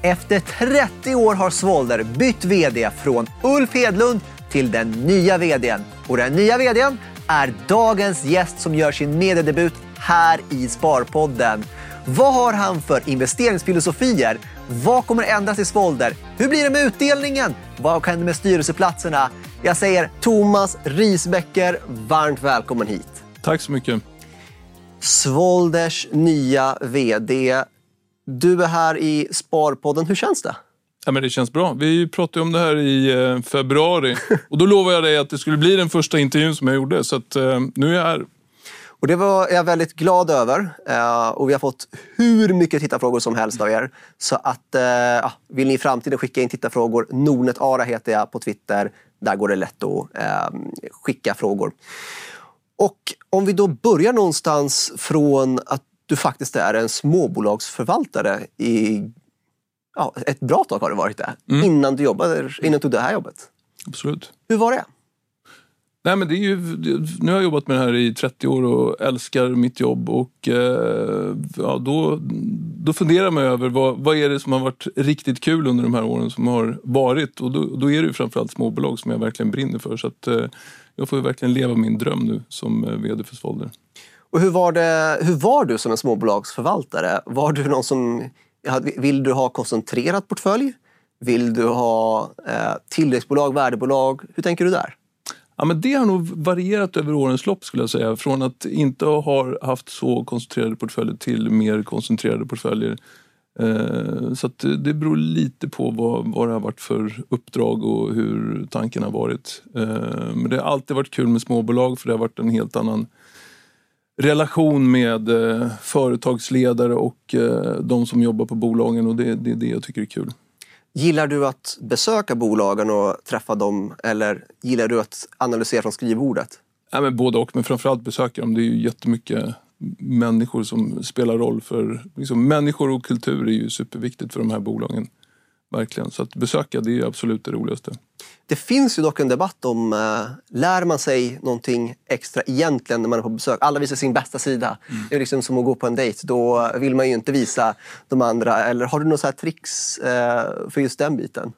Efter 30 år har Svolder bytt vd från Ulf Hedlund till den nya vdn. Och den nya vdn är dagens gäst som gör sin mediedebut här i Sparpodden. Vad har han för investeringsfilosofier? Vad kommer ändras i Svolder? Hur blir det med utdelningen? Vad händer med styrelseplatserna? Jag säger Thomas Risbäcker, varmt välkommen hit. Tack så mycket. Svolders nya vd. Du är här i Sparpodden. Hur känns det? Ja, men det känns bra. Vi pratade om det här i februari. Och då lovade jag dig att det skulle bli den första intervjun som jag gjorde. Så att, nu är jag här. Och det var jag väldigt glad över. Och vi har fått hur mycket tittarfrågor som helst av er. Så att vill ni i framtiden skicka in tittarfrågor, Nordnet Ara heter jag på Twitter. Där går det lätt att skicka frågor. Och om vi då börjar någonstans från att du faktiskt är en småbolagsförvaltare i ett bra tag har det varit det. Innan du tog det här jobbet. Absolut. Hur var det? Nej, men nu har jag jobbat med det här i 30 år och älskar mitt jobb. Och då funderar man över vad är det som har varit riktigt kul under de här åren som har varit. Och då är det ju framförallt småbolag som jag verkligen brinner för. Så att jag får ju verkligen leva min dröm nu som vd för Svolder. Och hur var du som en småbolagsförvaltare? Var du någon som vill du ha koncentrerad portfölj? Vill du ha tillväxtbolag, värdebolag? Hur tänker du där? Ja, men det har nog varierat över årens lopp skulle jag säga. Från att inte ha haft så koncentrerade portföljer till mer koncentrerade portföljer. Så att det beror lite på vad det har varit för uppdrag och hur tanken har varit. Men det har alltid varit kul med småbolag för det har varit en helt annan relation med företagsledare och de som jobbar på bolagen, och det är det jag tycker är kul. Gillar du att besöka bolagen och träffa dem, eller gillar du att analysera från skrivbordet? Ja, men både och, men framförallt besöka dem. Det är ju jättemycket människor som spelar roll för människor, och kultur är ju superviktigt för de här bolagen. Verkligen. Så att besöka, det är ju absolut det roligaste. Det finns ju dock en debatt om lär man sig någonting extra egentligen när man är på besök. Alla visar sin bästa sida. Det är liksom som att gå på en dejt. Då vill man ju inte visa de andra. Eller har du några så här tricks för just den biten?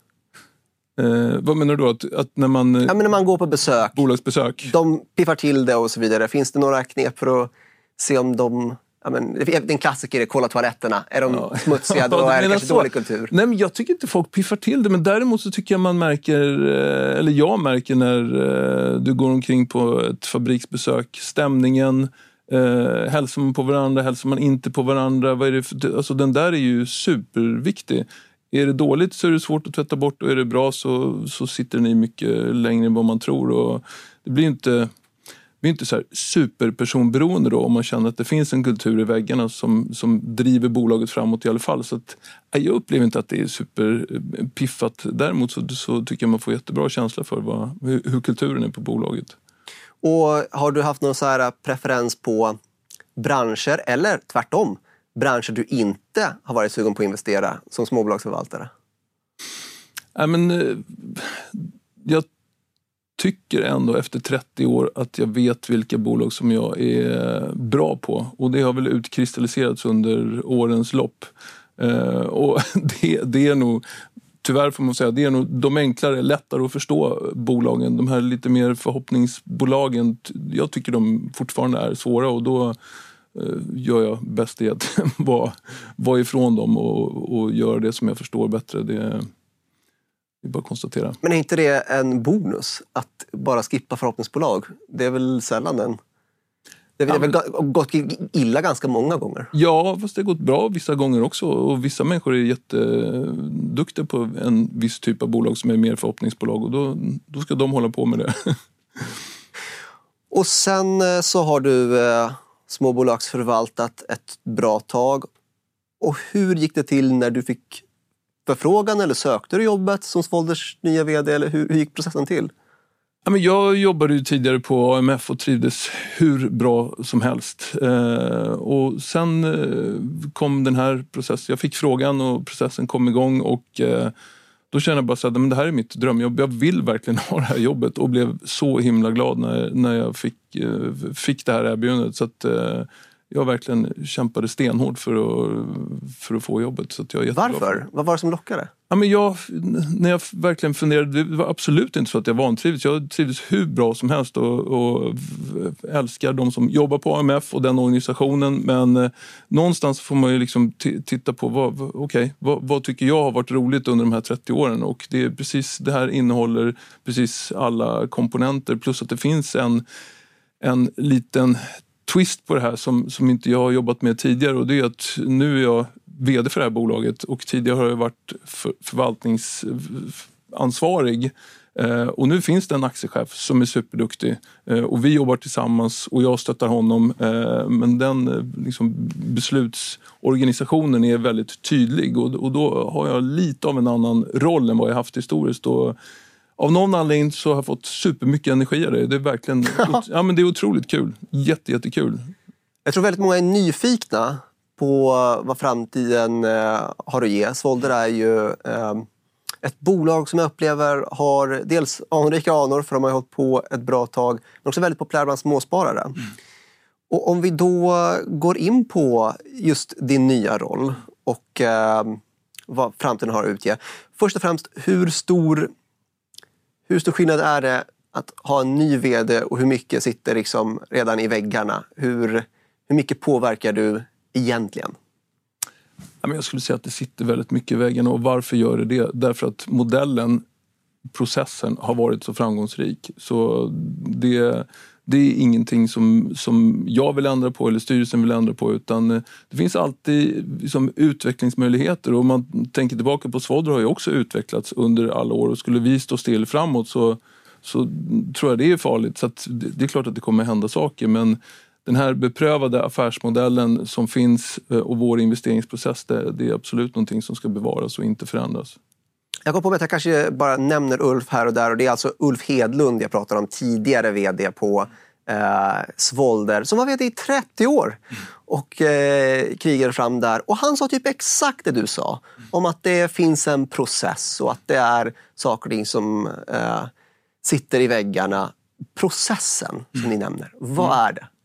Vad menar du? Att när man... Ja, men när man går på besök. Bolagsbesök. De piffar till det och så vidare. Finns det några knep för att se om de... Ja, men en klassiker är kolla toaletterna. Är de smutsiga, då är det kanske dålig kultur. Nej, men jag tycker inte folk piffar till det. Men däremot så tycker jag man märker, eller jag märker när du går omkring på ett fabriksbesök, stämningen, hälsar man på varandra, hälsar man inte på varandra. Vad är det för, alltså den där är ju superviktig. Är det dåligt så är det svårt att tvätta bort, och är det bra så sitter den i mycket längre än vad man tror. Och det blir inte så här superpersonberoende då, om man känner att det finns en kultur i väggarna som driver bolaget framåt i alla fall. Så att, jag upplever inte att det är superpiffat. Däremot så tycker jag man får jättebra känsla för hur kulturen är på bolaget. Och har du haft någon så här preferens på branscher, eller tvärtom, branscher du inte har varit sugen på att investera som småbolagsförvaltare? Ja, men jag tycker ändå efter 30 år att jag vet vilka bolag som jag är bra på. Och det har väl utkristalliserats under årens lopp. Och det är nog, tyvärr får man säga, det är nog de enklare, lättare att förstå bolagen. De här lite mer förhoppningsbolagen, jag tycker de fortfarande är svåra, och då gör jag bäst i att vara ifrån dem och göra det som jag förstår bättre. Det är bara att konstatera. Men är inte det en bonus att bara skippa förhoppningsbolag? Det är väl sällan den... Det har väl gått illa ganska många gånger. Ja, fast det har gått bra vissa gånger också. Och vissa människor är jätteduktiga på en viss typ av bolag som är mer förhoppningsbolag. Och då ska de hålla på med det. Och sen så har du småbolagsförvaltat ett bra tag. Och hur gick det till när du fick förfrågan, eller sökte du jobbet som Svolders nya vd, eller hur gick processen till? Ja, men jag jobbade ju tidigare på AMF och trivdes hur bra som helst. Och sen kom den här processen. Jag fick frågan och processen kom igång, och då kände jag bara så att men det här är mitt drömjobb. Jag vill verkligen ha det här jobbet, och blev så himla glad när jag fick det här erbjudandet. Så att jag verkligen kämpade stenhårt för att få jobbet. Så att jag är Varför? Vad var det som lockade? Ja, men när jag verkligen funderade, det var absolut inte så att jag vantrivdes. Jag trivdes hur bra som helst och älskar de som jobbar på AMF och den organisationen. Men någonstans får man ju liksom titta på vad tycker jag har varit roligt under de här 30 åren. Och det är precis, det här innehåller precis alla komponenter. Plus att det finns en liten twist på det här som inte jag har jobbat med tidigare. Och det är att nu är jag vd för det här bolaget och tidigare har jag varit förvaltningsansvarig. Och nu finns det en aktiechef som är superduktig och vi jobbar tillsammans och jag stöttar honom. Men den liksom, beslutsorganisationen är väldigt tydlig och då har jag lite av en annan roll än vad jag haft historiskt. Och av någon anledning så har jag fått supermycket energi av det. Det är verkligen ja, men det är otroligt kul. Jättekul. Jag tror väldigt många är nyfikna på vad framtiden har att ge. Svolder är ju ett bolag som jag upplever har dels anrika anor för de har hållit på ett bra tag, men också väldigt populär bland småsparare. Mm. Och om vi då går in på just din nya roll och vad framtiden har att utge. Först och främst, hur stor skillnad är det att ha en ny vd och hur mycket sitter liksom redan i väggarna? Hur mycket påverkar du egentligen? Jag skulle säga att det sitter väldigt mycket i väggen. Och varför gör det? Därför att processen har varit så framgångsrik. Så det är ingenting som jag vill ändra på eller styrelsen vill ändra på. Utan det finns alltid liksom utvecklingsmöjligheter. Och om man tänker tillbaka på Svolder har ju också utvecklats under alla år. Och skulle vi stå still framåt så tror jag det är farligt. Så att det är klart att det kommer hända saker. Men den här beprövade affärsmodellen som finns och vår investeringsprocess, det är absolut någonting som ska bevaras och inte förändras. Jag kom på att jag kanske bara nämner Ulf här och där och det är alltså Ulf Hedlund jag pratar om, tidigare vd på Svolder som var vd i 30 år och krigade fram där. Och han sa typ exakt det du sa om att det finns en process och att det är saker och ting som sitter i väggarna. Processen som ni nämner, vad är det?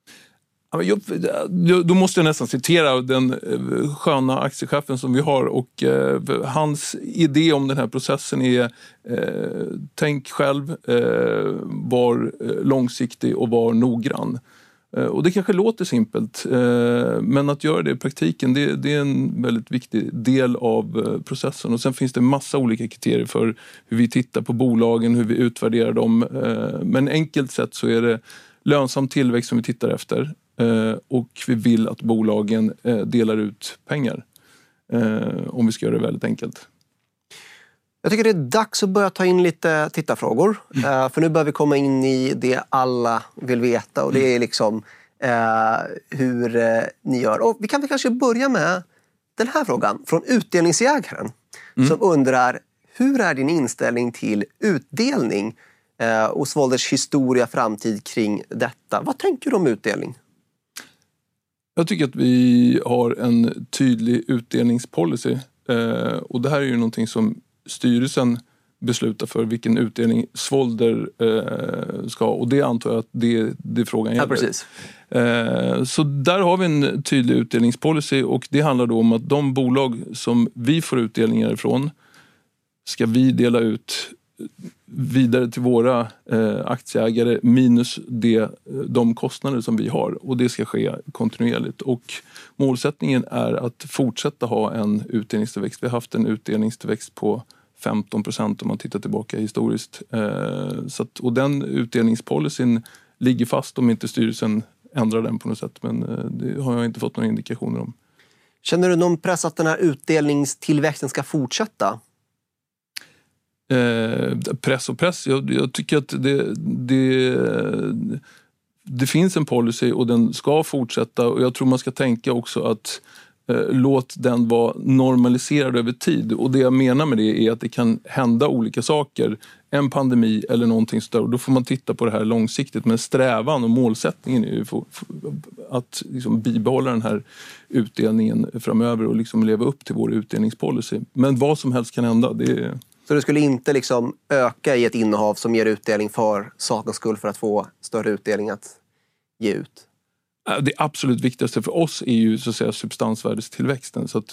Då måste jag nästan citera den sköna aktiechefen som vi har och hans idé om den här processen är tänk själv, var långsiktig och var noggrann. Och det kanske låter simpelt, men att göra det i praktiken det är en väldigt viktig del av processen. Och sen finns det massa olika kriterier för hur vi tittar på bolagen, hur vi utvärderar dem. Men enkelt sett så är det lönsam tillväxt som vi tittar efter. Och vi vill att bolagen delar ut pengar. Om vi ska göra det väldigt enkelt. Jag tycker det är dags att börja ta in lite tittarfrågor. För nu börjar vi komma in i det alla vill veta. Och det är liksom hur ni gör. Och vi kan väl kanske börja med den här frågan från utdelningsjägaren. Som undrar, hur är din inställning till utdelning? Och Svolders historia, framtid kring detta. Vad tänker du om utdelning? Jag tycker att vi har en tydlig utdelningspolicy. Och det här är ju någonting som styrelsen beslutar för vilken utdelning Svolder ska ha. Och det antar jag att det är frågan gäller. Ja, precis. Så där har vi en tydlig utdelningspolicy och det handlar då om att de bolag som vi får utdelningar ifrån ska vi dela ut vidare till våra aktieägare minus de kostnader som vi har och det ska ske kontinuerligt och målsättningen är att fortsätta ha en utdelningstillväxt. Vi har haft en utdelningstillväxt på 15% om man tittar tillbaka historiskt. Och den utdelningspolicyn ligger fast om inte styrelsen ändrar den på något sätt, men det har jag inte fått några indikationer om. Känner du någon press att den här utdelningstillväxten ska fortsätta? Press och press. Jag tycker att det finns en policy och den ska fortsätta och jag tror man ska tänka också att låt den vara normaliserad över tid och det jag menar med det är att det kan hända olika saker, en pandemi eller någonting sådär och då får man titta på det här långsiktigt, men strävan och målsättningen är ju att liksom bibehålla den här utdelningen framöver och liksom leva upp till vår utdelningspolicy, men vad som helst kan hända. Så du skulle inte liksom öka i ett innehav som ger utdelning för sakens skull för att få större utdelning att ge ut? Det absolut viktigaste för oss är ju så att säga substansvärdestillväxten. Så att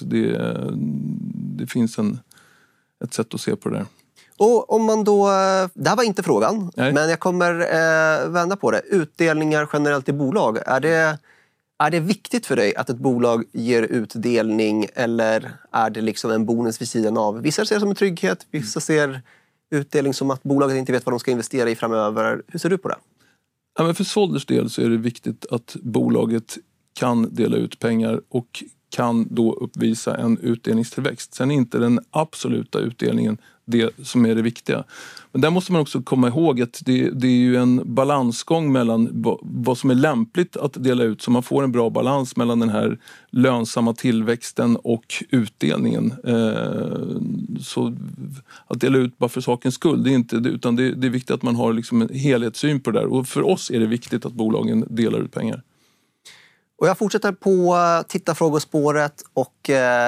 det finns ett sätt att se på det där. Och om man då, det här var inte frågan, Nej. men jag kommer vända på det. Utdelningar generellt i bolag, är det viktigt för dig att ett bolag ger utdelning eller är det liksom en bonus vid sidan av? Vissa ser det som en trygghet, vissa ser utdelning som att bolaget inte vet vad de ska investera i framöver. Hur ser du på det? Ja, men för Svolders del så är det viktigt att bolaget kan dela ut pengar och kan då uppvisa en utdelningstillväxt. Sen är inte den absoluta utdelningen det som är det viktiga. Men där måste man också komma ihåg att det är ju en balansgång mellan vad som är lämpligt att dela ut så man får en bra balans mellan den här lönsamma tillväxten och utdelningen. Så att dela ut bara för sakens skull, det är inte det, utan det är viktigt att man har liksom en helhetssyn på det där. Och för oss är det viktigt att bolagen delar ut pengar. Och jag fortsätter på tittarfrågespåret och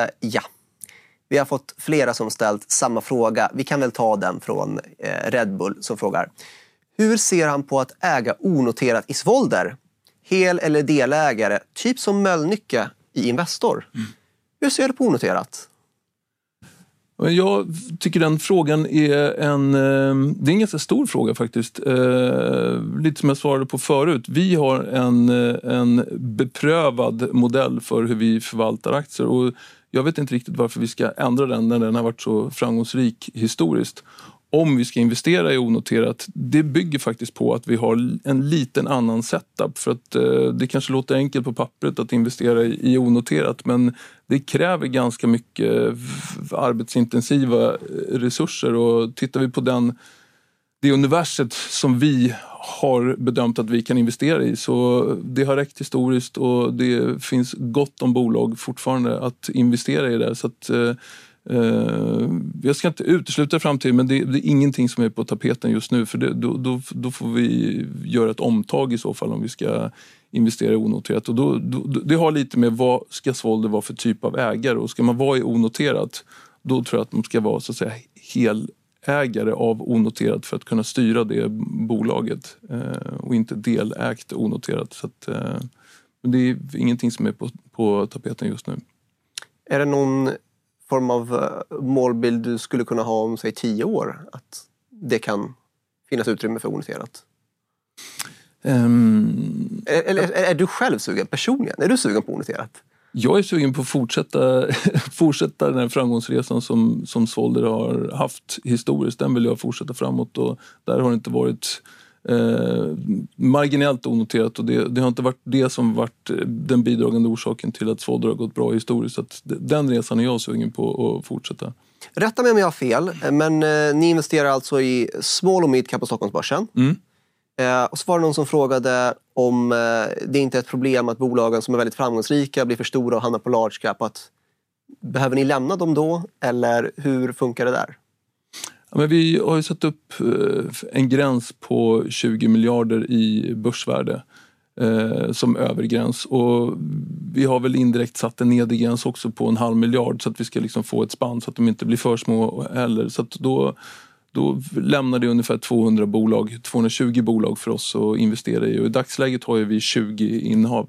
vi har fått flera som ställt samma fråga. Vi kan väl ta den från Red Bull som frågar. Hur ser han på att äga onoterat i Svolder? Hel- eller delägare, typ som Mölnlycke i Investor. Hur ser du på onoterat? Jag tycker den frågan är det är en ganska stor fråga faktiskt. Lite som jag svarade på förut. Vi har en beprövad modell för hur vi förvaltar aktier och jag vet inte riktigt varför vi ska ändra den när den har varit så framgångsrik historiskt. Om vi ska investera i onoterat, det bygger faktiskt på att vi har en liten annan setup. För att det kanske låter enkelt på pappret att investera i onoterat, men det kräver ganska mycket arbetsintensiva resurser. Och tittar vi på det universet som vi har bedömt att vi kan investera i, så det har räckt historiskt och det finns gott om bolag fortfarande att investera i det. Så att jag ska inte utesluta framtiden, men det är ingenting som är på tapeten just nu, för då får vi göra ett omtag i så fall om vi ska investera i onoterat. Och det har lite med vad ska Svolder vara för typ av ägare, och ska man vara i onoterat, då tror jag att man ska vara så att säga helägare av onoterat för att kunna styra det bolaget och inte delägt onoterat. Så att, det är ingenting som är på tapeten just nu. Är det någon form av målbild du skulle kunna ha om säg 10 år? Att det kan finnas utrymme för onoterat? Eller är du själv sugen personligen? Är du sugen på onoterat? Jag är sugen på att fortsätta den här framgångsresan som Svolder har haft historiskt. Den vill jag fortsätta framåt och där har det inte varit marginellt onoterat och det har inte varit det som varit den bidragande orsaken till att Svolder har gått bra historiskt. Så att den resan är jag sugen på att fortsätta. Rätta mig om jag har fel, men ni investerar alltså i small och mid cap på Stockholmsbörsen. Och så var det någon som frågade om det inte är ett problem att bolagen som är väldigt framgångsrika blir för stora och hamnar på large cap. Att, behöver ni lämna dem då? Eller hur funkar det där? Ja, men vi har ju satt upp en gräns på 20 miljarder i börsvärde som övergräns. Och vi har väl indirekt satt en nedre gräns också på 0,5 miljard så att vi ska liksom få ett spann så att de inte blir för små heller. Så att då lämnar det ungefär 220 bolag för oss att investera i. Och i dagsläget har ju vi 20 innehav.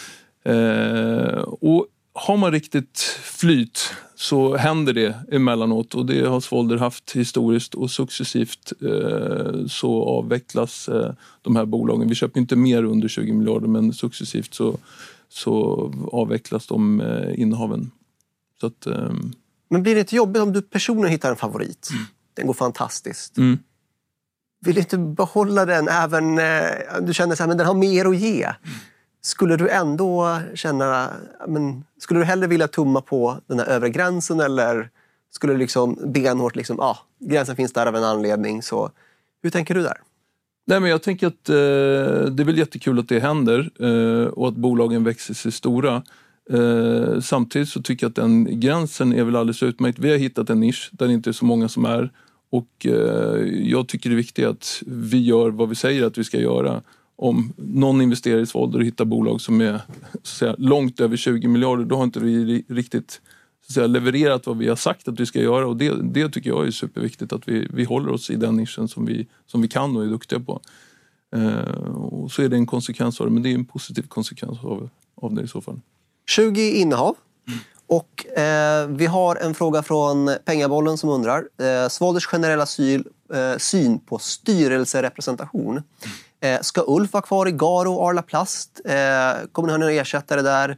Och har man riktigt flyt så händer det emellanåt. Och det har Svolder haft historiskt och successivt så avvecklas de här bolagen. Vi köper inte mer under 20 miljarder men successivt så avvecklas de innehaven. Så att, Men blir det inte jobbigt om du personligen hittar en favorit? Den går fantastiskt. Vill du inte behålla den även du känner så här, men den har mer att ge? Skulle du ändå känna, men skulle du hellre vilja tumma på den här övre gränsen eller skulle du liksom benhårt gränsen finns där av en anledning, så hur tänker du där? Nej, men jag tänker att det är väl jättekul att det händer och att bolagen växer sig stora. Samtidigt så tycker jag att den gränsen är väl alldeles utmärkt. Vi har hittat en nisch där det inte är så många som är och jag tycker det är viktigt att vi gör vad vi säger att vi ska göra. Om någon investerar i Svolder och hittar bolag som är så att säga, långt över 20 miljarder, då har inte vi riktigt så att säga, levererat vad vi har sagt att vi ska göra. Och det tycker jag är superviktigt, att vi håller oss i den nischen som vi kan och är duktiga på. Och så är det en konsekvens av det, men det är en positiv konsekvens av det i så fall. 20 innehav. Och vi har en fråga från Pengabollen som undrar. Svolders generella syn på styrelserepresentation. Ska Ulf vara kvar i Garo och Arla Plast? Kommer ni ha någon ersättare där?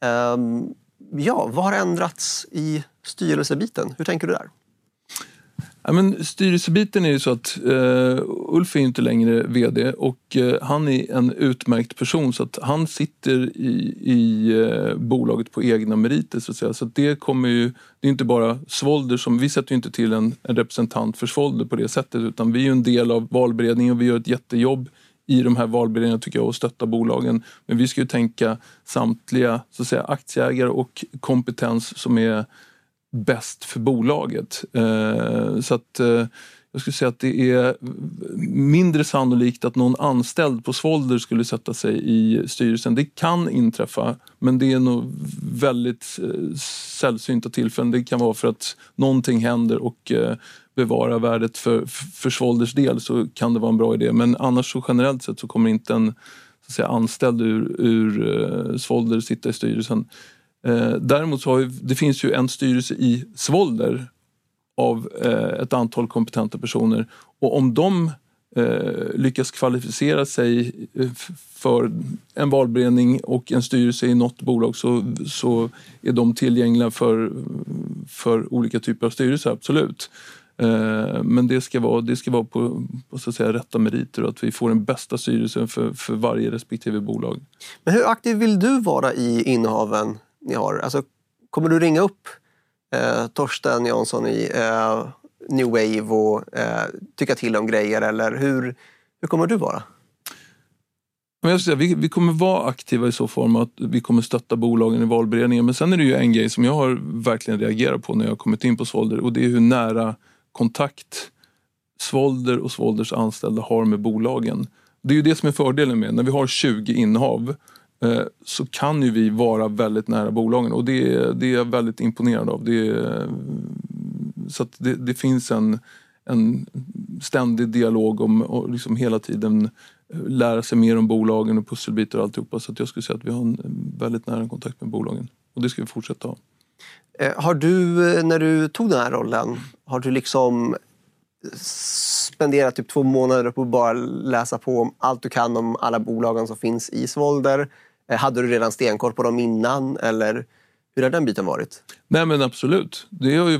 Vad har ändrats i styrelsebiten? Hur tänker du där? Ja, men styrelsebiten är ju så att Ulf är inte längre vd och han är en utmärkt person så att han sitter i bolaget på egna meriter så att säga. Så att det kommer ju, det är inte bara Svolder som, vi sätter ju inte till en representant för Svolder på det sättet utan vi är ju en del av valberedningen och vi gör ett jättejobb i de här valberedningarna tycker jag och stötta bolagen. Men vi ska ju tänka samtliga så att säga, aktieägare och kompetens som är bäst för bolaget. Så att jag skulle säga att det är mindre sannolikt att någon anställd på Svolder skulle sätta sig i styrelsen. Det kan inträffa, men det är nog väldigt sällsynta tillfällen. Det kan vara för att någonting händer och bevara värdet för Svolders del så kan det vara en bra idé. Men annars så generellt sett så kommer inte en så att säga, anställd ur Svolder sitta i styrelsen. Däremot så det finns ju en styrelse i Svolder av ett antal kompetenta personer och om de lyckas kvalificera sig för en valberedning och en styrelse i något bolag så är de tillgängliga för olika typer av styrelser, absolut. Men det ska vara på så att säga, rätta meriter och att vi får den bästa styrelsen för varje respektive bolag. Men hur aktiv vill du vara i innehaven ni har? Alltså, kommer du ringa upp Torsten Jansson i New Wave och tycka till om grejer eller hur kommer du vara? Men jag ska säga, vi kommer vara aktiva i så form att vi kommer stötta bolagen i valberedningen men sen är det ju en grej som jag har verkligen reagerat på när jag har kommit in på Svolder och det är hur nära kontakt Svolder och Svolders anställda har med bolagen. Det är ju det som är fördelen med när vi har 20 innehav så kan ju vi vara väldigt nära bolagen och det är jag väldigt imponerad av. Så att det finns en ständig dialog om och liksom hela tiden lära sig mer om bolagen och pusselbitar och alltihopa. Så att jag skulle säga att vi har en väldigt nära kontakt med bolagen och det ska vi fortsätta ha. Har du, när du tog den här rollen, har du liksom spenderat typ 2 månader på att bara läsa på om allt du kan om alla bolagen som finns i Svolder? Hade du redan stenkoll på dem innan eller hur har den biten varit? Nej men absolut. Det har ju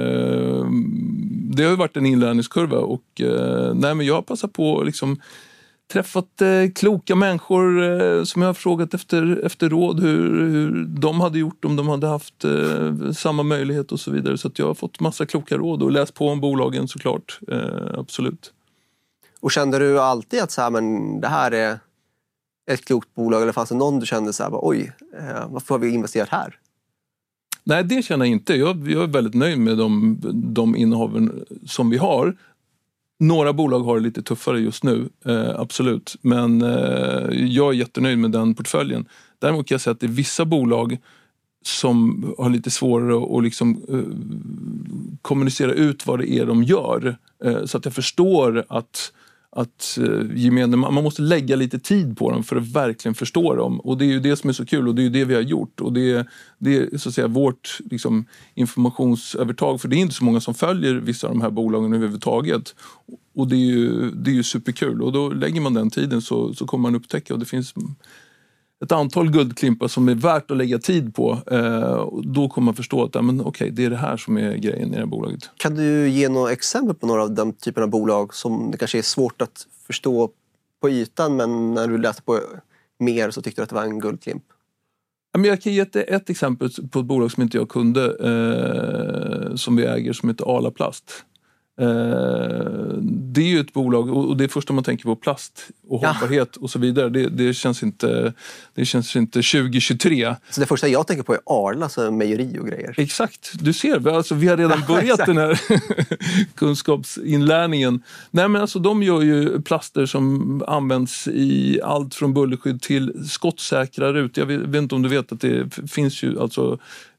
varit en inlärningskurva och nej men jag har passat på liksom träffat kloka människor som jag har frågat efter råd hur de hade gjort om de hade haft samma möjlighet och så vidare. Så att jag har fått massa kloka råd och läst på om bolagen såklart. Absolut. Och kände du alltid att så här, men det här är ett klokt bolag eller fanns det någon du kände så här, oj, varför har vi investerat här? Nej, det känner jag inte. Jag är väldigt nöjd med de innehaven som vi har. Några bolag har det lite tuffare just nu, absolut. Men jag är jättenöjd med den portföljen. Däremot kan jag säga att det är vissa bolag som har lite svårare att liksom, kommunicera ut vad det är de gör. Så att jag förstår att man måste lägga lite tid på dem för att verkligen förstå dem. Och det är ju det som är så kul och det är ju det vi har gjort. Och det är så att säga vårt liksom, informationsövertag. För det är inte så många som följer vissa av de här bolagen överhuvudtaget. Och det är ju superkul. Och då lägger man den tiden så kommer man upptäcka. Och det finns ett antal guldklimpar som är värt att lägga tid på. Och då kommer man förstå att okej, det är det här som är grejen i det här bolaget. Kan du ge några exempel på några av de typerna av bolag som det kanske är svårt att förstå på ytan men när du läste på mer så tyckte du att det var en guldklimp? Jag kan ge ett exempel på ett bolag som inte jag kunde som vi äger som heter Arla Plast. Det är ju ett bolag och det är första man tänker på plast och hållbarhet och så vidare. Det känns inte 2023. Så det första jag tänker på är Arla, så mejeri och grejer. Exakt, du ser, alltså, vi har redan börjat den här kunskapsinlärningen. Nej men alltså de gör ju plaster som används i allt från bullerskydd till skottsäkra rutor. Jag vet inte om du vet att det finns ju alltså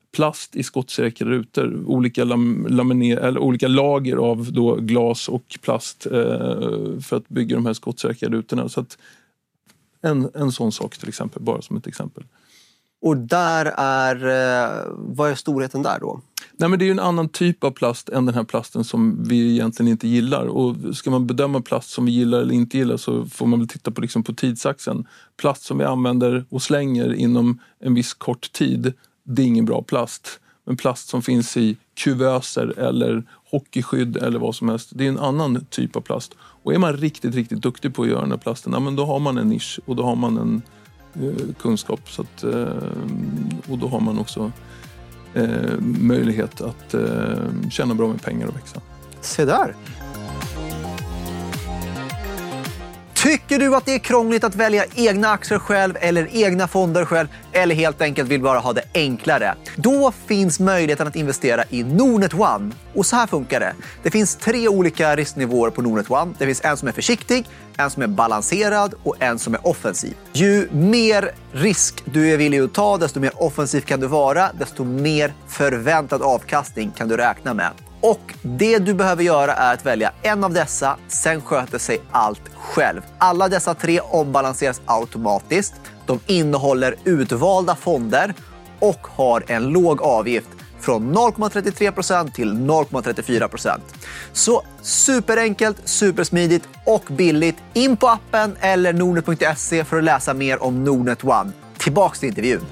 plast i skottsäkra rutor. Olika lager av då glas och plast för att bygga de här skottsäkra rutorna. Så att en sån sak till exempel, bara som ett exempel. Och vad är storheten där då? Nej, men det är ju en annan typ av plast än den här plasten som vi egentligen inte gillar. Och ska man bedöma plast som vi gillar eller inte gillar så får man väl titta på, på tidsaxeln. Plast som vi använder och slänger inom en viss kort tid, det är ingen bra plast. Men plast som finns i kuvöser eller hockeyskydd eller vad som helst, det är en annan typ av plast. Och är man riktigt, riktigt duktig på att göra den här plasten, ja, men då har man en nisch och då har man en kunskap. Så att, och då har man också möjlighet att tjäna bra med pengar och växa. Se där! Tycker du att det är krångligt att välja egna aktier själv eller egna fonder själv eller helt enkelt vill bara ha det enklare? Då finns möjligheten att investera i Nordnet One. Och så här funkar det. Det finns 3 olika risknivåer på Nordnet One. Det finns en som är försiktig, en som är balanserad och en som är offensiv. Ju mer risk du är villig att ta, desto mer offensiv kan du vara, desto mer förväntad avkastning kan du räkna med. Och det du behöver göra är att välja en av dessa, sen sköter sig allt själv. Alla dessa 3 ombalanseras automatiskt. De innehåller utvalda fonder och har en låg avgift från 0,33% till 0,34%. Så superenkelt, supersmidigt och billigt. In på appen eller nordnet.se för att läsa mer om Nordnet One. Tillbaks till intervjun.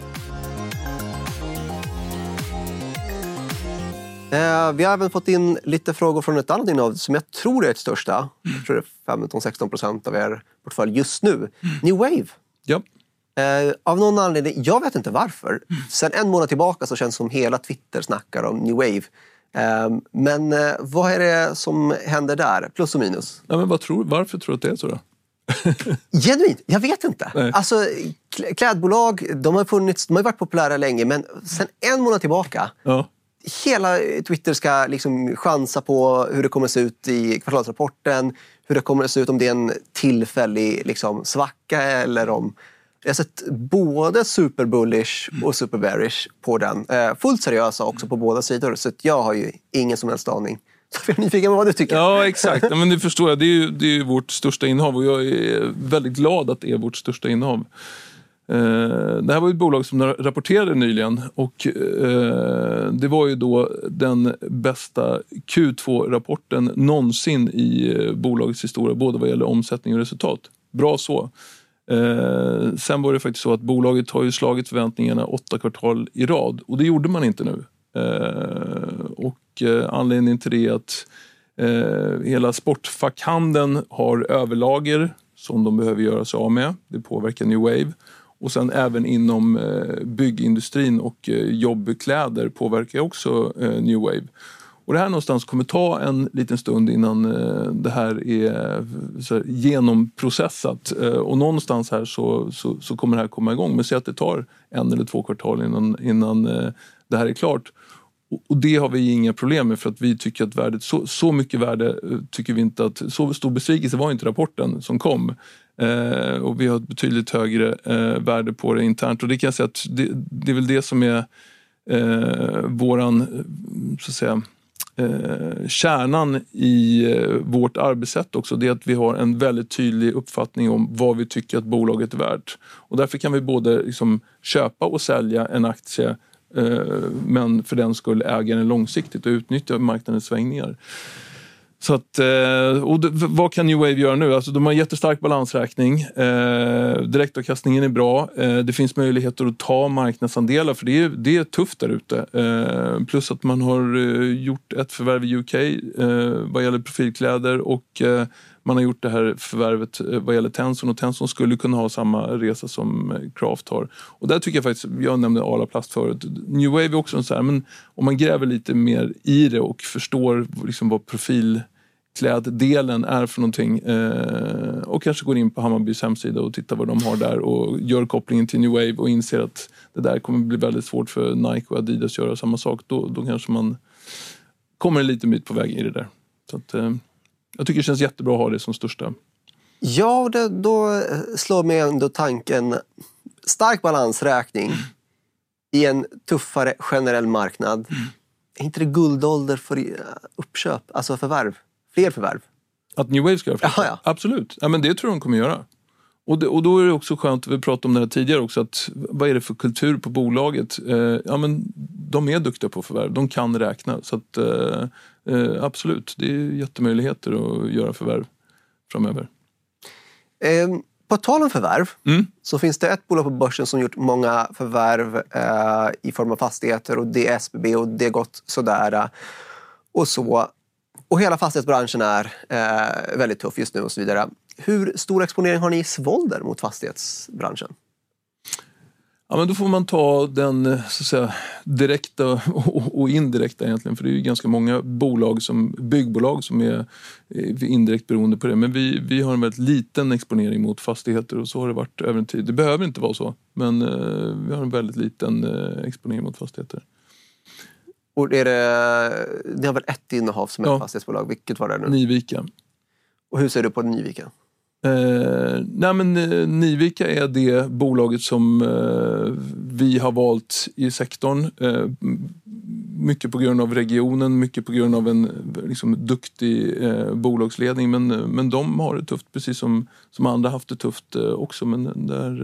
Vi har även fått in lite frågor från ett annat innehav som jag tror är ett största. Jag tror det är 15-16% av er portfölj just nu. New Wave. Ja. Av någon anledning, jag vet inte varför. Sen en månad tillbaka så känns det som hela Twitter snackar om New Wave. Men vad är det som händer där? Plus och minus. Ja, men varför tror du att det är så då? Genuint, jag vet inte. Nej. Alltså, klädbolag, de har varit populära länge, men sen en månad tillbaka... Ja. Hela Twitter ska chansa på hur det kommer att se ut i kvartalsrapporten, hur det kommer att se ut om det är en tillfällig svacka eller om... Jag har sett både super bullish och super bearish på den. Fullt seriösa också på båda sidor, så att jag har ju ingen som helst aning. Så jag är nyfiken på vad du tycker. Ja, exakt. Ja, men det förstår jag. Det är ju vårt största innehav och jag är väldigt glad att det är vårt största innehav. Det här var ett bolag som rapporterade nyligen och det var ju då den bästa Q2-rapporten någonsin i bolagets historia, både vad gäller omsättning och resultat. Bra så. Sen var det faktiskt så att bolaget har ju slagit förväntningarna 8 kvartal i rad och det gjorde man inte nu. Och anledningen till det är att hela sportfackhandeln har överlager som de behöver göra sig av med. Det påverkar New Wave. Och sen även inom byggindustrin och jobbkläder påverkar också New Wave. Och det här någonstans kommer ta en liten stund innan det här är så genomprocessat. Och någonstans här så kommer det här komma igång. Men se att det tar 1 eller 2 kvartal innan det här är klart. Och det har vi inga problem med för att vi tycker att värdet, så mycket värde tycker vi inte att, så stor besvikelse var inte rapporten som kom. Och vi har ett betydligt högre värde på det internt. Och det kan jag säga att det är väl det som är våran, så att säga, kärnan i vårt arbetssätt också. Det är att vi har en väldigt tydlig uppfattning om vad vi tycker att bolaget är värt. Och därför kan vi både köpa och sälja en aktie, men för den skulle äga den långsiktigt och utnyttja marknadens svängningar. Så att, och vad kan New Wave göra nu? Alltså, de har en jättestark balansräkning. Direktavkastningen är bra. Det finns möjligheter att ta marknadsandelar för det är tufft där ute. Plus att man har gjort ett förvärv i UK vad gäller profilkläder och man har gjort det här förvärvet vad gäller Tenson och Tenson skulle kunna ha samma resa som Craft har. Och där tycker jag faktiskt, jag nämnde Arla Plast förut, New Wave är också en så här, men om man gräver lite mer i det och förstår vad profilkläddelen är för någonting och kanske går in på Hammarbys hemsida och tittar vad de har där och gör kopplingen till New Wave och inser att det där kommer bli väldigt svårt för Nike och Adidas att göra samma sak, då kanske man kommer en liten bit på väg i det där. Så att jag tycker det känns jättebra att ha det som största. Ja, då slår mig ändå tanken stark balansräkning. i en tuffare generell marknad, är inte det guldålder för uppköp, alltså förvärv, fler förvärv? Att New Wave ska göra fler? Ja. Absolut, ja, men det tror jag de kommer göra. Och då är det också skönt, vi pratade om det här tidigare också, att vad är det för kultur på bolaget? Ja, men de är duktiga på förvärv, de kan räkna. Så att, absolut, det är jättemöjligheter att göra förvärv framöver. På tal om förvärv så finns det ett bolag på börsen som gjort många förvärv i form av fastigheter, och det är SBB, och det har gått sådär och så. Och hela fastighetsbranschen är väldigt tuff just nu och så vidare. Hur stor exponering har ni i Svolder mot fastighetsbranschen? Ja, men då får man ta den så att säga, direkta och indirekta egentligen. För det är ju ganska många byggbolag som är indirekt beroende på det. Men vi har en väldigt liten exponering mot fastigheter, och så har det varit över en tid. Det behöver inte vara så, men vi har en väldigt liten exponering mot fastigheter. Och ni har väl ett innehav som är ett fastighetsbolag? Vilket var det nu? Nivika. Och hur ser du på Nivika? Nivika är det bolaget som vi har valt i sektorn. Mycket på grund av regionen, mycket på grund av en liksom, duktig bolagsledning. Men de har det tufft, precis som andra haft det tufft också. Men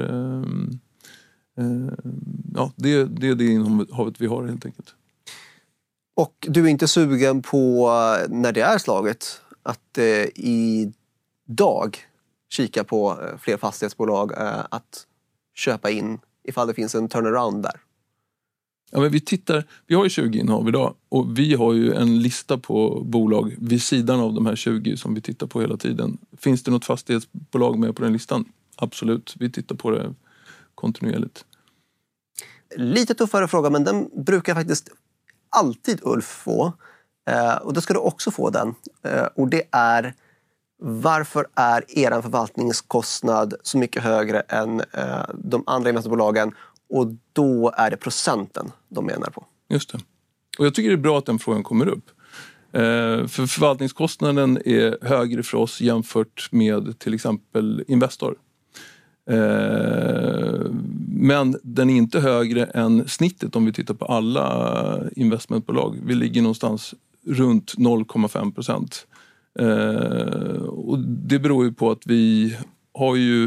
det är det innehavet vi har helt enkelt. Och du är inte sugen på, när det är slaget, att idag kika på fler fastighetsbolag att köpa in ifall det finns en turnaround där? Ja, men vi har ju 20 innehav idag, och vi har ju en lista på bolag vid sidan av de här 20 som vi tittar på hela tiden. Finns det något fastighetsbolag med på den listan? Absolut, vi tittar på det kontinuerligt. Lite tuffare fråga, men den brukar faktiskt alltid Ulf få. Och då ska du också få den. Och det är: varför är er förvaltningskostnad så mycket högre än de andra investmentbolagen? Och då är det procenten de menar på. Just det. Och jag tycker det är bra att den frågan kommer upp. För förvaltningskostnaden är högre för oss jämfört med till exempel Investor. Men den är inte högre än snittet om vi tittar på alla investmentbolag. Vi ligger någonstans runt 0,5%. Och det beror ju på att vi har ju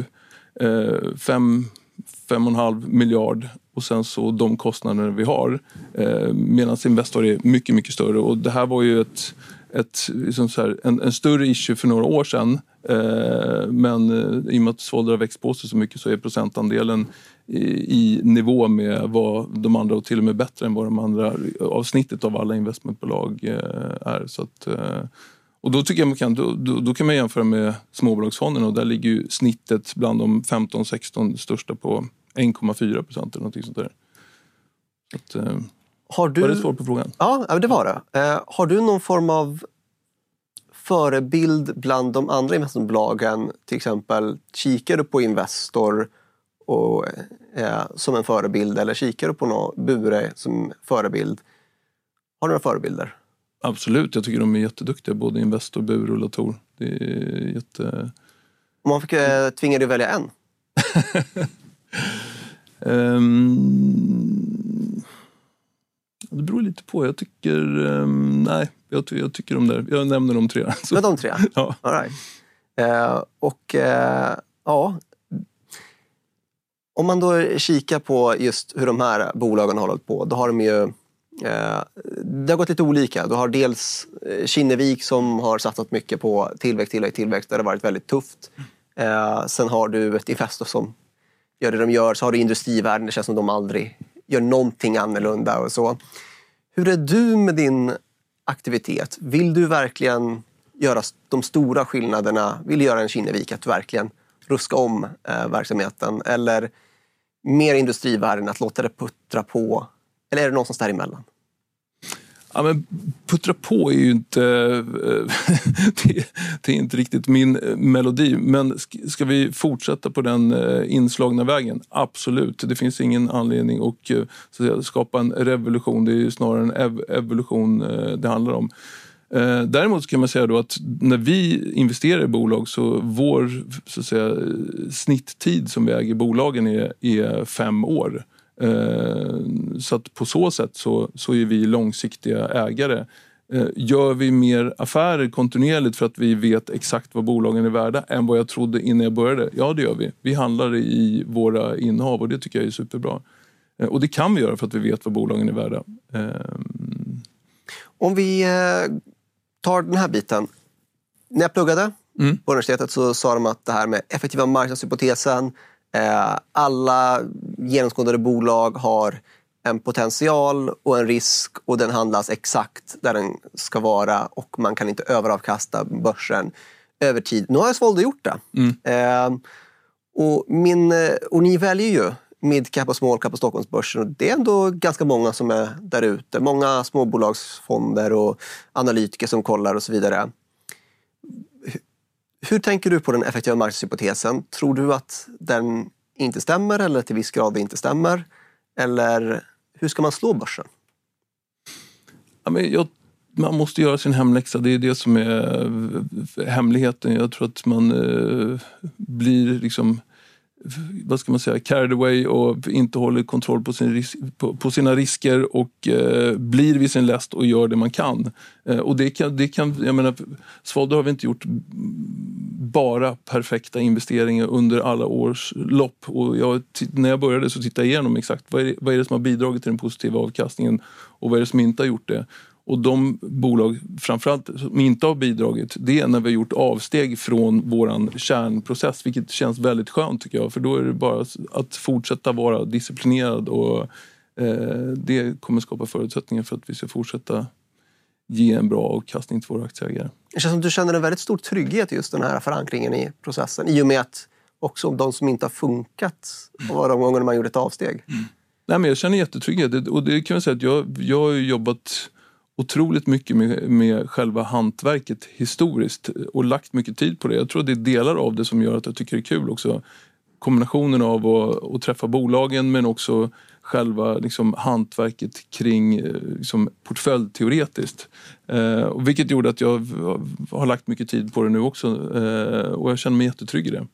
5,5 miljard, och sen så de kostnader vi har, medan Investor är mycket, mycket större. Och det här var ju liksom så här, en större issue för några år sedan, men i och med att Svolder har växt på sig så mycket så är procentandelen i nivå med vad de andra, och till och med bättre än vad de andra avsnittet av alla investmentbolag är. Så att, och då tycker jag då kan man jämföra med småbolagsfonderna, och där ligger ju snittet bland de 15-16 största på 1,4% eller någonting sånt där. Så att, var det svar på frågan? Ja, det var det. Har du någon form av förebild bland de andra investmentbolagen? Till exempel, kikar du på Investor och, som en förebild, eller kikar du på någon Bure som förebild? Har du några förebilder? Absolut, jag tycker de är jätteduktiga, både Investor, Bure och Latour. Det är jätte... Om man fick tvinga dig att välja en? Det beror lite på. Jag tycker... nej, jag tycker de där. Jag nämner de tre. Så. Men de tre? Ja. All right. Om man då kikar på just hur de här bolagen har hållit på, då har de ju... det har gått lite olika. Du har dels Kinnevik som har satsat mycket på tillväxt, där det har varit väldigt tufft. Sen har du ett Investor som gör det de gör. Så har du industrivärlden, det känns som de aldrig gör någonting annorlunda och så. Hur är du med din aktivitet? Vill du verkligen göra de stora skillnaderna? Vill du göra en Kinnevik, att verkligen ruska om verksamheten? Eller mer industrivärlden, att låta det puttra på? Eller är det någonstans däremellan? Ja, men puttra på är ju inte det är inte riktigt min melodi, men ska vi fortsätta på den inslagna vägen? Absolut, det finns ingen anledning att så att säga, skapa en revolution. Det är ju snarare en evolution det handlar om. Däremot kan man säga då att när vi investerar i bolag, så vår så att säga, snitttid som vi äger bolagen är 5 år. Så att på så sätt så är vi långsiktiga ägare. Gör vi mer affärer kontinuerligt för att vi vet exakt vad bolagen är värda än vad jag trodde innan jag började? Ja, det gör vi. Vi handlar i våra innehav och det tycker jag är superbra. Och det kan vi göra för att vi vet vad bolagen är värda. Om vi tar den här biten. När jag pluggade på universitetet så sa de att det här med effektiva marknadshypotesen, alla genomskådade bolag har en potential och en risk och den handlas exakt där den ska vara och man kan inte överavkasta börsen över tid. Nu har Svolder gjort det. Och ni väljer ju midcap och small cap på Stockholmsbörsen och det är ändå ganska många som är där ute. Många småbolagsfonder och analytiker som kollar och så vidare. Hur tänker du på den effektiva marknadshypotesen? Tror du att den inte stämmer eller till viss grad inte stämmer? Eller hur ska man slå börsen? Ja, men man måste göra sin hemläxa. Det är det som är hemligheten. Jag tror att man blir liksom, vad ska man säga, carried away och inte håller kontroll på sina risker och blir vid sin läst och gör det man kan. Och det kan jag menar, Svolder har vi inte gjort bara perfekta investeringar under alla års lopp. Och när jag började så tittade jag igenom exakt vad är det som har bidragit till den positiva avkastningen och vad är det som inte har gjort det. Och de bolag framförallt som inte har bidragit, det är när vi har gjort avsteg från våran kärnprocess, vilket känns väldigt skönt tycker jag. För då är det bara att fortsätta vara disciplinerad och det kommer skapa förutsättningar för att vi ska fortsätta ge en bra avkastning till våra aktieägare. Det känns som du känner en väldigt stor trygghet just den här förankringen i processen. I och med att också de som inte har funkat var de gånger man gjorde ett avsteg. Nej, men jag känner jättetrygghet och det kan jag säga att jag har jobbat otroligt mycket med själva hantverket historiskt och lagt mycket tid på det. Jag tror att det är delar av det som gör att jag tycker det är kul också. Kombinationen av att träffa bolagen men också själva liksom, hantverket kring liksom, portföljteoretiskt. Vilket gjorde att jag har lagt mycket tid på det nu också och jag känner mig jättetrygg i det.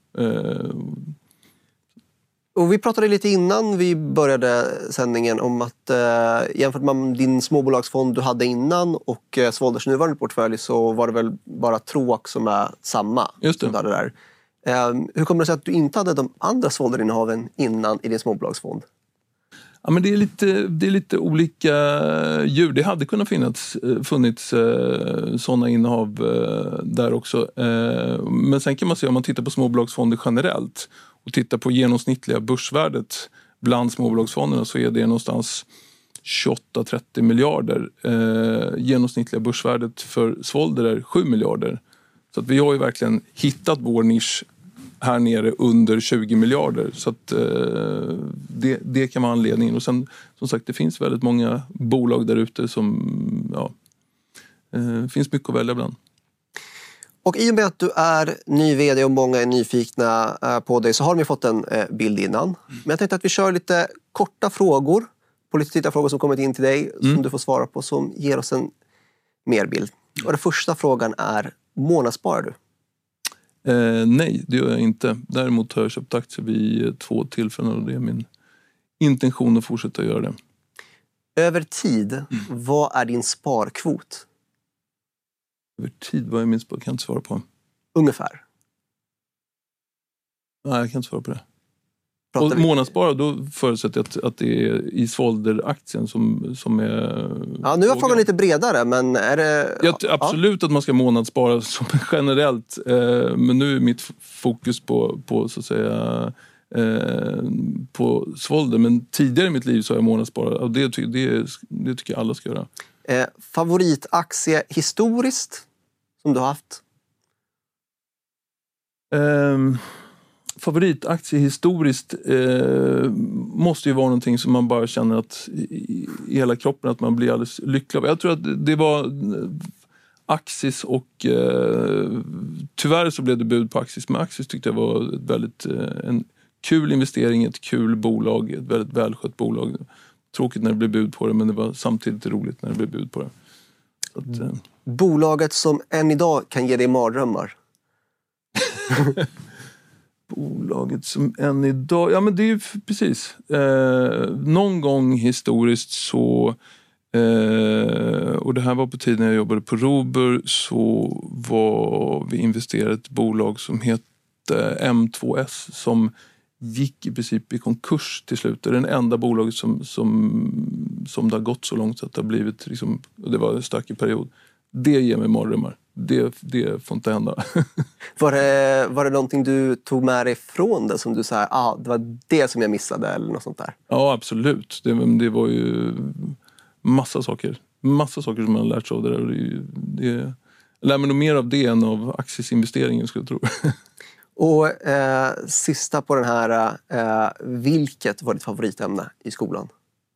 Och vi pratade lite innan vi började sändningen om att jämfört med din småbolagsfond du hade innan och Svolders nuvarande portfölj så var det väl bara Troax som är samma. Just det. Som du hade där. Hur kommer det sig att du inte hade de andra Svolder-innehaven innan i din småbolagsfond? Ja, men det är lite olika djur. Det hade kunnat funnits sådana innehav där också. Men sen kan man se om man tittar på småbolagsfonder generellt och tittar på genomsnittliga börsvärdet bland småbolagsfonderna så är det någonstans 28-30 miljarder. Genomsnittliga börsvärdet för Svolder är 7 miljarder. Så att vi har ju verkligen hittat vår nisch här nere under 20 miljarder. Så att det kan vara anledningen. Och sen som sagt det finns väldigt många bolag där ute som finns mycket att välja bland. Och i och med att du är ny vd och många är nyfikna på dig så har de fått en bild innan. Men jag tänkte att vi kör lite korta frågor på lite tittarfrågor som kommit in till dig som du får svara på som ger oss en mer bild. Och den första frågan är, månadssparar du? Nej, det gör jag inte. Däremot har jag köpt aktier vid 2 tillfällen och det är min intention att fortsätta göra det. Över tid, vad är din sparkvot? Över tid, vad är min spar? Kan jag inte svara på. Ungefär? Nej, jag kan inte svara på det. Och månadsspara, då förutsätter jag att det är i Svolder-aktien som är... Ja, nu är frågan lite bredare, men är det... Absolut att man ska månadsspara som generellt, men nu är mitt fokus på så att säga på Svolder. Men tidigare i mitt liv så har jag månadssparat och det tycker jag alla ska göra. Favoritaktie historiskt som du har haft? Favoritaktie historiskt måste ju vara någonting som man bara känner att i hela kroppen att man blir alldeles lycklig av. Jag tror att det var Axis och tyvärr så blev det bud på Axis, men Axis tyckte jag var en kul investering, ett kul bolag, ett väldigt välskött bolag. Tråkigt när det blev bud på det, men det var samtidigt roligt när det blev bud på det. Bolaget som än idag kan ge dig mardrömmar? bolaget som än idag... Ja, men det är ju precis. Någon gång historiskt så... och det här var på tiden jag jobbade på Robur, så var vi investerade i ett bolag som hette M2S som gick i princip i konkurs till slut. Det är den enda bolaget som det har gått så långt så att det har blivit liksom, det var en stökig period. Det ger mig mardrömmar. Det får inte hända. Var det någonting du tog med dig från det som du sa, det var det som jag missade eller något sånt där? Ja, absolut. Det var ju massa saker som man har lärt sig av det där. Och det lär mig nog mer av det än av aktiesinvesteringen, skulle jag tro. Och sista på den här, vilket var ditt favoritämne i skolan?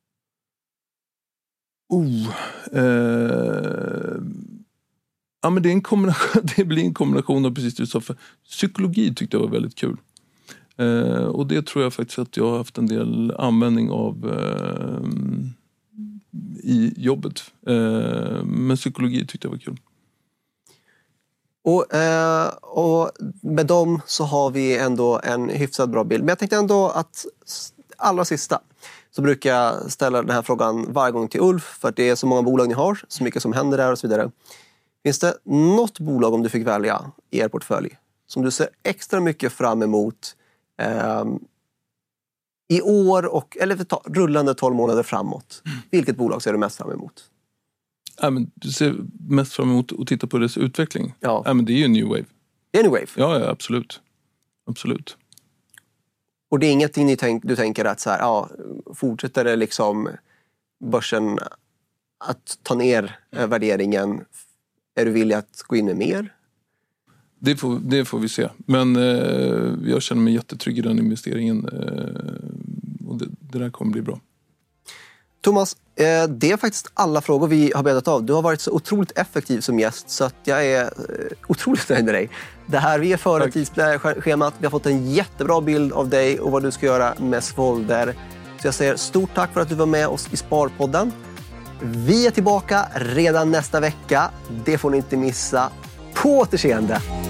Men det är en kombination, det blir en kombination av precis det du sa. För psykologi tyckte jag var väldigt kul. Och det tror jag faktiskt att jag har haft en del användning av i jobbet. Men psykologi tyckte jag var kul. Och med dem så har vi ändå en hyfsat bra bild. Men jag tänkte ändå att allra sista så brukar jag ställa den här frågan varje gång till Ulf, för att det är så många bolag ni har, så mycket som händer där och så vidare. Finns det något bolag, om du fick välja i er portfölj, som du ser extra mycket fram emot i år eller rullande 12 månader framåt? Vilket bolag ser du mest fram emot? Men du ser mest fram emot att titta på dess utveckling. Ja. Men det är ju New Wave. Det är New Wave? Ja, absolut. Absolut. Och det är ingenting du tänker att fortsätter det liksom börsen att ta ner värderingen? Är du villig att gå in med mer? Det får vi se. Men jag känner mig jättetrygg i den investeringen. Och det där kommer bli bra. Thomas, det är faktiskt alla frågor vi har betat av. Du har varit så otroligt effektiv som gäst, så att jag är otroligt nöjd med dig. Det här, vi är före tidsschemat. Vi har fått en jättebra bild av dig och vad du ska göra med Svolder. Så jag säger stort tack för att du var med oss i Sparpodden. Vi är tillbaka redan nästa vecka. Det får ni inte missa. På återseende!